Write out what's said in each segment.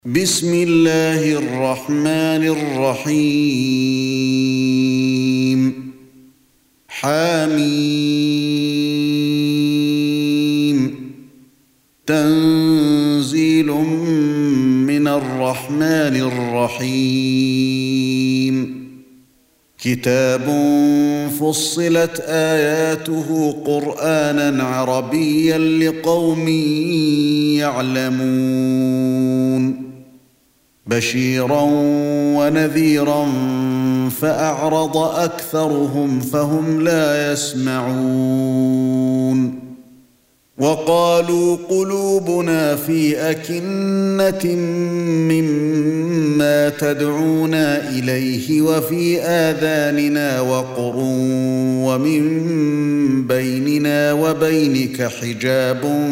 بسم الله الرحمن الرحيم حميم تنزيل من الرحمن الرحيم كتاب فصلت آياته قرآنا عربيا لقوم يعلمون بشيرا ونذيرا فأعرض أكثرهم فهم لا يسمعون وقالوا قلوبنا في أكنة مما تدعونا إليه وفي آذاننا وقر ومن بيننا وبينك حجاب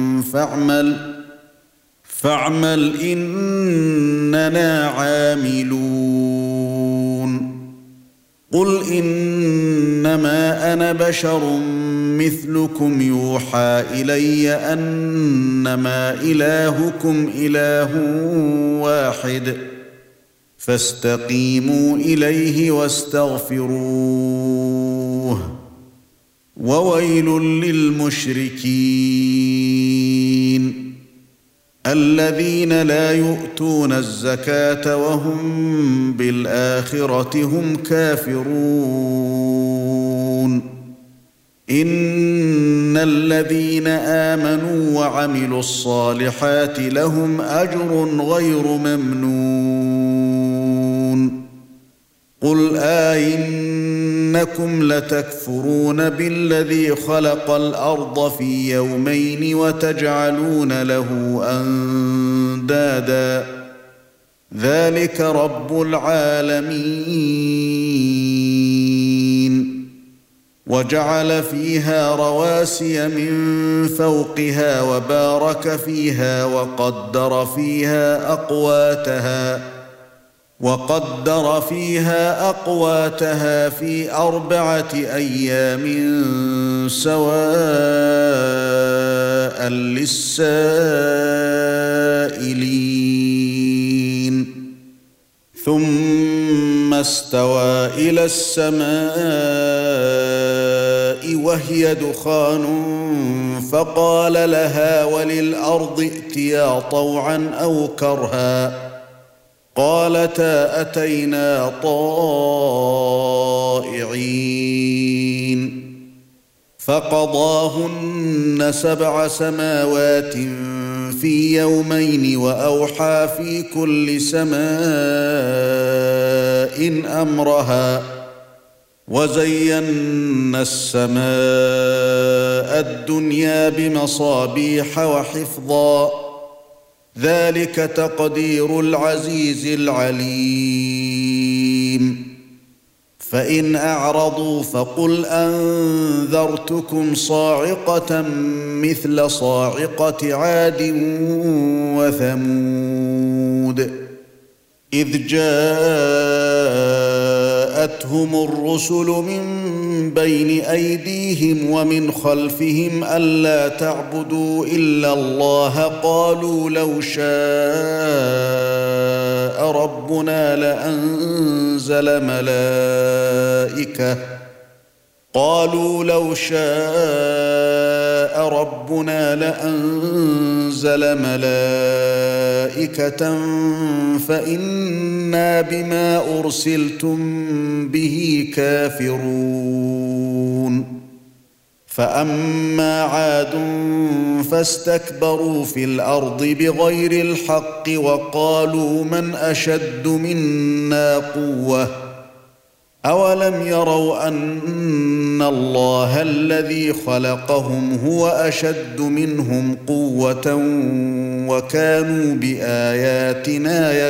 فاعمل إننا عاملون قل إنما أنا بشر مثلكم يوحى إلي أنما إلهكم إله واحد فاستقيموا إليه واستغفروه وويل للمشركين الذين لا يؤتون الزكاة وهم بالآخرة هم كافرون إن الذين آمنوا وعملوا الصالحات لهم أجر غير ممنون قل أئنكم لتكفرون بالذي خلق الأرض في يومين وتجعلون له أندادا ذلك رب العالمين وجعل فيها رواسي من فوقها وبارك فيها وقدر فيها أقواتها في 4 أيام سواء للسائلين ثم استوى إلى السماء وهي دخان فقال لها وللأرض ائتيا طوعا أو كرها قالتا أتينا طائعين فقضاهن 7 سماوات في يومين وأوحى في كل سماء أمرها وزينا السماء الدنيا بمصابيح وحفظا ذلك تقدير العزيز العليم فإن أعرضوا فقل أنذرتكم صاعقة مثل صاعقة عاد وثمود إذ جاءتهم الرسل من بين أيديهم ومن خلفهم ألا تعبدوا إلا الله قالوا لو شاء ربنا لأنزل ملائكة فإنا بما أرسلتم به كافرون فأما عاد فاستكبروا في الأرض بغير الحق وقالوا من أشد منا قوة أولم يروا أن الله الذي خلقهم هو أشد منهم قوة وكانوا بآياتنا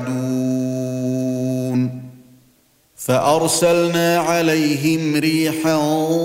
يجحدون فأرسلنا عليهم ريحا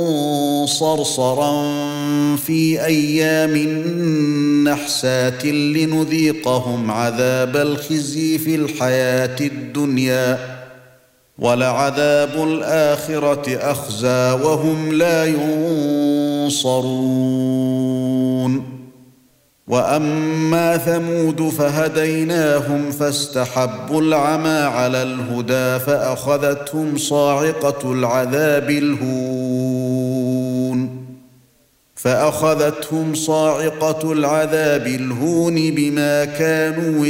صرصرا في أيام نحسات لنذيقهم عذاب الخزي في الحياة الدنيا ولعذاب الآخرة أخزى وهم لا ينصرون واما ثمود فهديناهم فاستحبوا العمى على الهدى فاخذتهم صاعقه العذاب الهون بما كانوا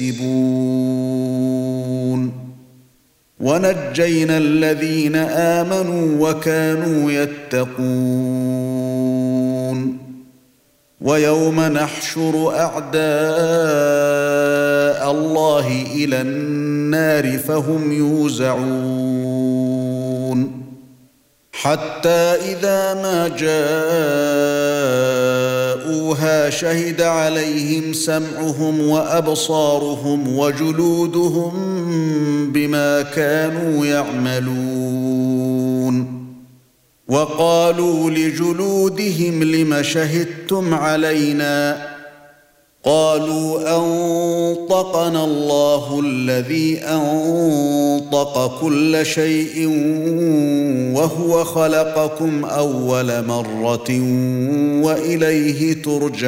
يكسبون ونجينا الذين آمنوا وكانوا يتقون ويوم نحشر أعداء الله إلى النار فهم يوزعون حتى إذا ما جاءوها شهد عليهم سمعهم وأبصارهم وجلودهم بما كانوا يعملون وقالوا لجلودهم لم شهدتم علينا قالوا أنطقنا الله الذي أنطق كل شيء وهو خلقكم أول مرة وإليه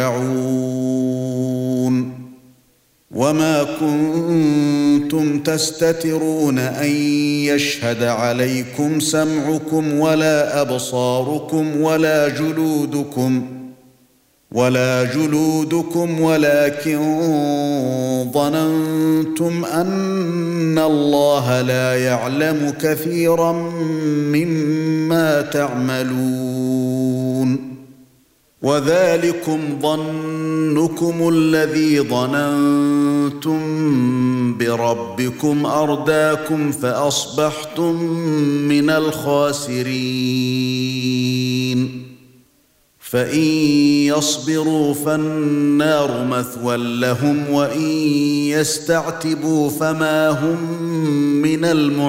ترجعون وما كنتم تستترون أن يشهد عليكم سمعكم ولا أبصاركم ولا جلودكم ولكن ظننتم أن الله لا يعلم كثيرا مما تعملون وذلكم ظنكم الذي ظننتم بربكم أرداكم فأصبحتم من الخاسرين فإن يصبروا فالنار مثوى لهم وإن يستعتبوا فما هم من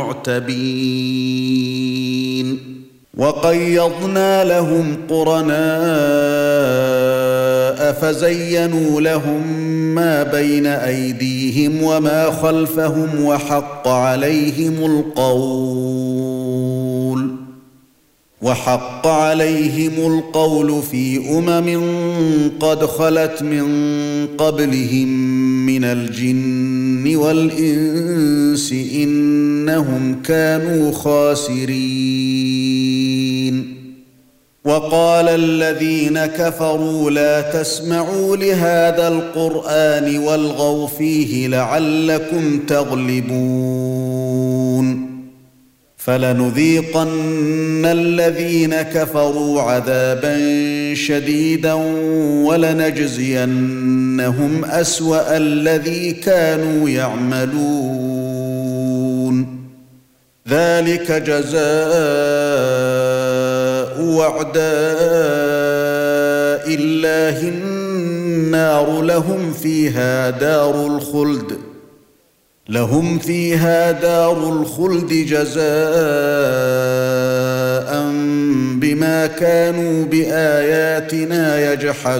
المعتبين وقيضنا لهم قرناء فزينوا لهم ما بين أيديهم وما خلفهم وحق عليهم القول في قد خلت من قبلهم من الجن والإنس إنهم كانوا خاسرين وقال الذين كفروا لا تسمعوا لهذا القرآن والغوا فيه لعلكم تغلبون فلنذيقن الذين كفروا عذابا شديدا ولنجزينهم أسوأ الذي كانوا يعملون ذلك جزاء وعداء الله النار لهم فيها دار الخلد جزاء بما كانوا بآياتنا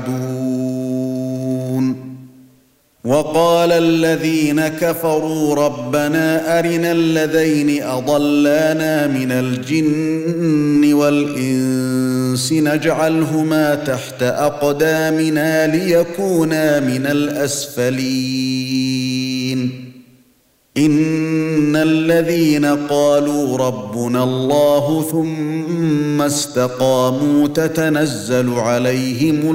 يجحدون وقال الذين كفروا ربنا أرنا الذين أضلانا من الجن والإنس نجعلهما تحت أقدامنا ليكونا من الأسفلين إن الذين قالوا ربنا الله ثم استقاموا تتنزل عليهم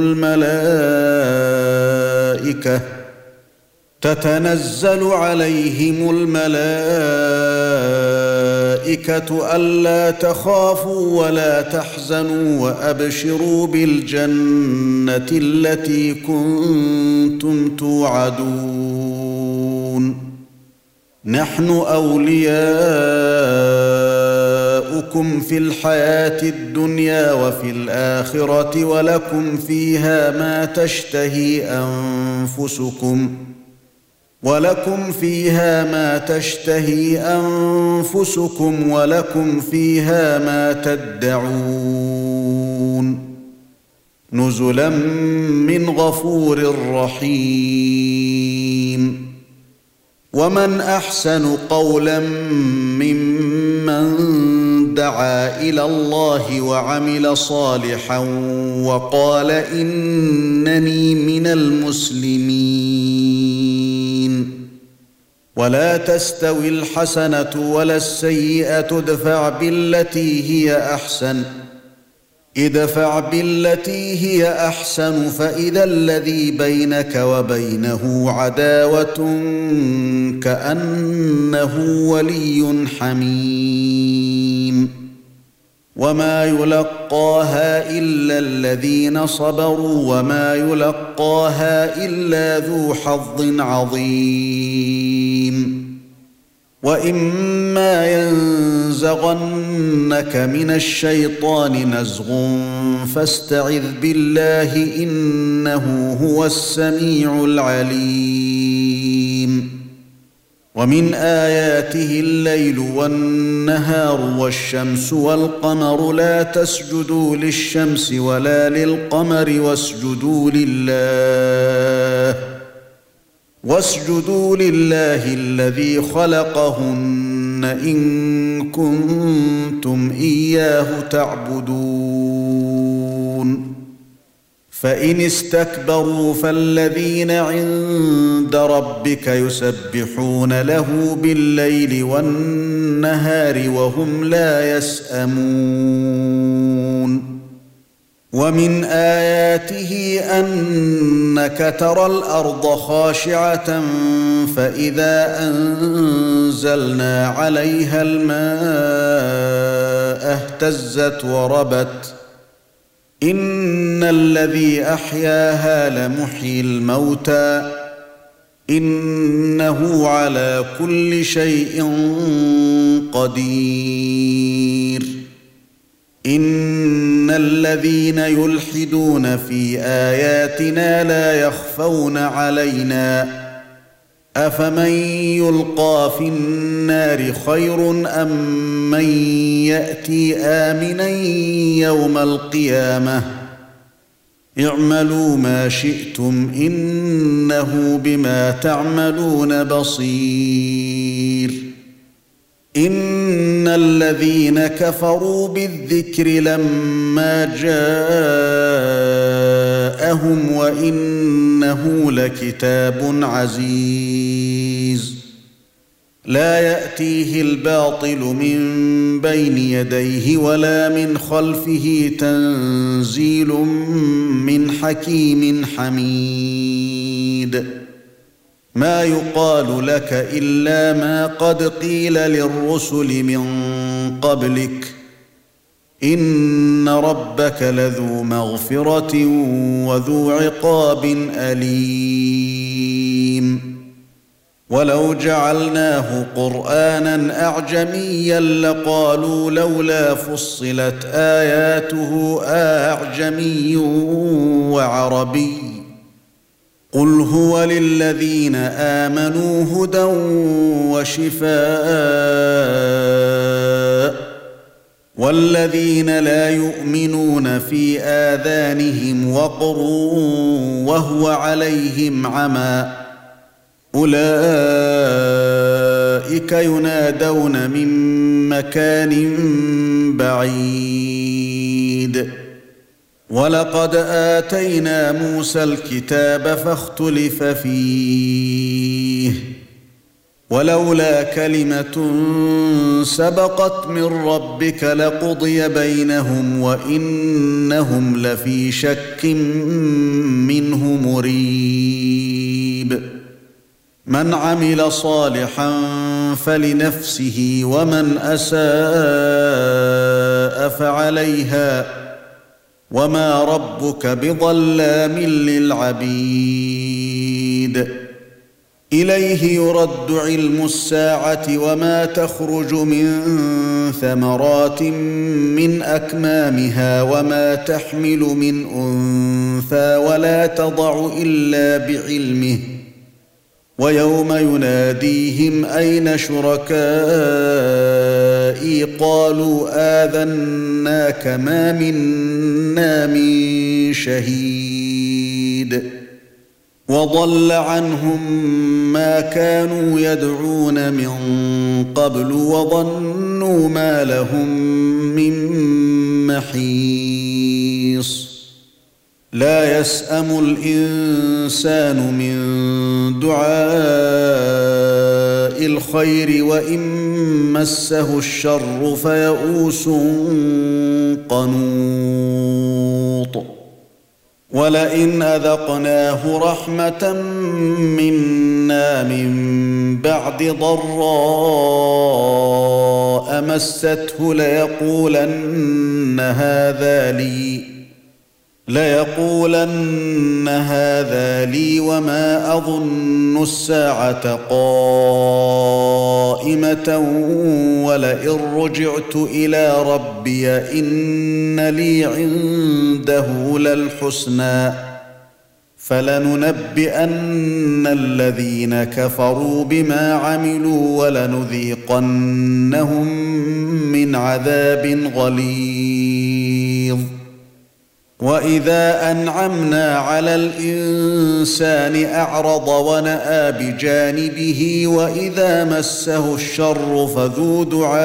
الملائكة ألا تخافوا ولا تحزنوا وأبشروا بالجنة التي كنتم توعدون نحن أولياؤكم في الحياة الدنيا وفي الآخرة ولكم فيها ما تشتهي أنفسكم ولكم فيها ما تدعون نزلا من غفور رحيم ومن أحسن قولا ممن دعا الى الله وعمل صالحا وقال انني من المسلمين. ولا تستوي الحسنه ولا السيئه ادفع بالتي هي احسن فاذا الذي بينك وبينه عداوه كانه ولي حميم. وما يلقاها الا الذين صبروا وما يلقاها الا ذو حظ عظيم. واما ينزغنك من الشيطان نزغ فاستعذ بالله انه هو السميع العليم. ومن اياته الليل والنهار والشمس والقمر لا تسجدوا للشمس ولا للقمر واسجدوا لله الذي خلقهن إن كنتم إياه تعبدون. فإن استكبروا فالذين عند ربك يسبحون له بالليل والنهار وهم لا يسأمون. ومن آياته أنك ترى الأرض خاشعة فإذا أنزلنا عليها الماء اهتزت وربت إن الذي أحياها لمحيي الموتى إنه على كل شيء قدير. إن الذين يلحدون في آياتنا لا يخفون علينا أفمن يلقى في النار خير أم من يأتي آمنا يوم القيامة اعملوا ما شئتم إنه بما تعملون بصير. إن الذين كفروا بالذكر لما جاءهم وإنه لكتاب عزيز لا يأتيه الباطل من بين يديه ولا من خلفه تنزيل من حكيم حميد. ما يقال لك إلا ما قد قيل للرسل من قبلك إن ربك لذو مغفرة وذو عقاب أليم. ولو جعلناه قرآنا أعجميا لقالوا لولا فصلت آياته أعجمي وعربي قل هو للذين آمنوا هدى وشفاء والذين لا يؤمنون في آذانهم وقر وهو عليهم عمى أولئك ينادون من مكان بعيد. ولقد آتينا موسى الكتاب فاختلف فيه ولولا كلمة سبقت من ربك لقضي بينهم وإنهم لفي شك منه مريب. من عمل صالحا فلنفسه ومن أساء فعليها وما ربك بظلام للعبيد. إليه يرد علم الساعة وما تخرج من ثمرات من أكمامها وما تحمل من أنثى ولا تضع إلا بعلمه ويوم يناديهم أين شركائي قالوا آذناك ما منا من شهيد وضل عنهم ما كانوا يدعون من قبل وظنوا ما لهم من محيص لا يسأم الإنسان من دعاء الخير وإن مسه الشر فيئوس قنوط ولئن أذقناه رحمة منا من بعد ضراء مسته ليقولن هذا لي وما أظن الساعة قائمة ولئن رجعت إلى ربي إن لي عنده للحسنى فلننبئن الذين كفروا بما عملوا ولنذيقنهم من عذاب غليظ وإذا أنعمنا على الإنسان أعرض ونأى بجانبه وإذا مسه الشر فذو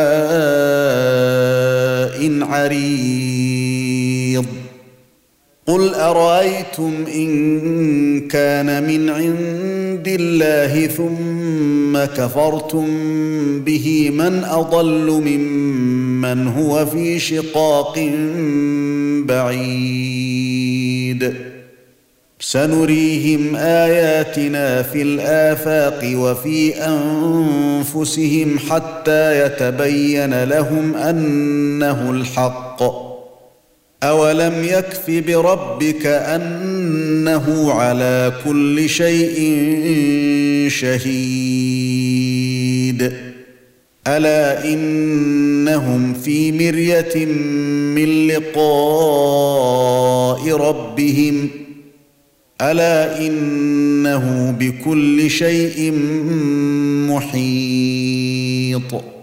دعاء عريض قل أرأيتم إن كان من عند الله ثم كفرتم به من أضل ممن هو في شقاق بعيد سنريهم آياتنا في الآفاق وفي أنفسهم حتى يتبين لهم أنه الحق أولم يكف بربك أنه على كل شيء شهيد ألا إنهم في مرية من لقاء ربهم ألا إنه بكل شيء محيط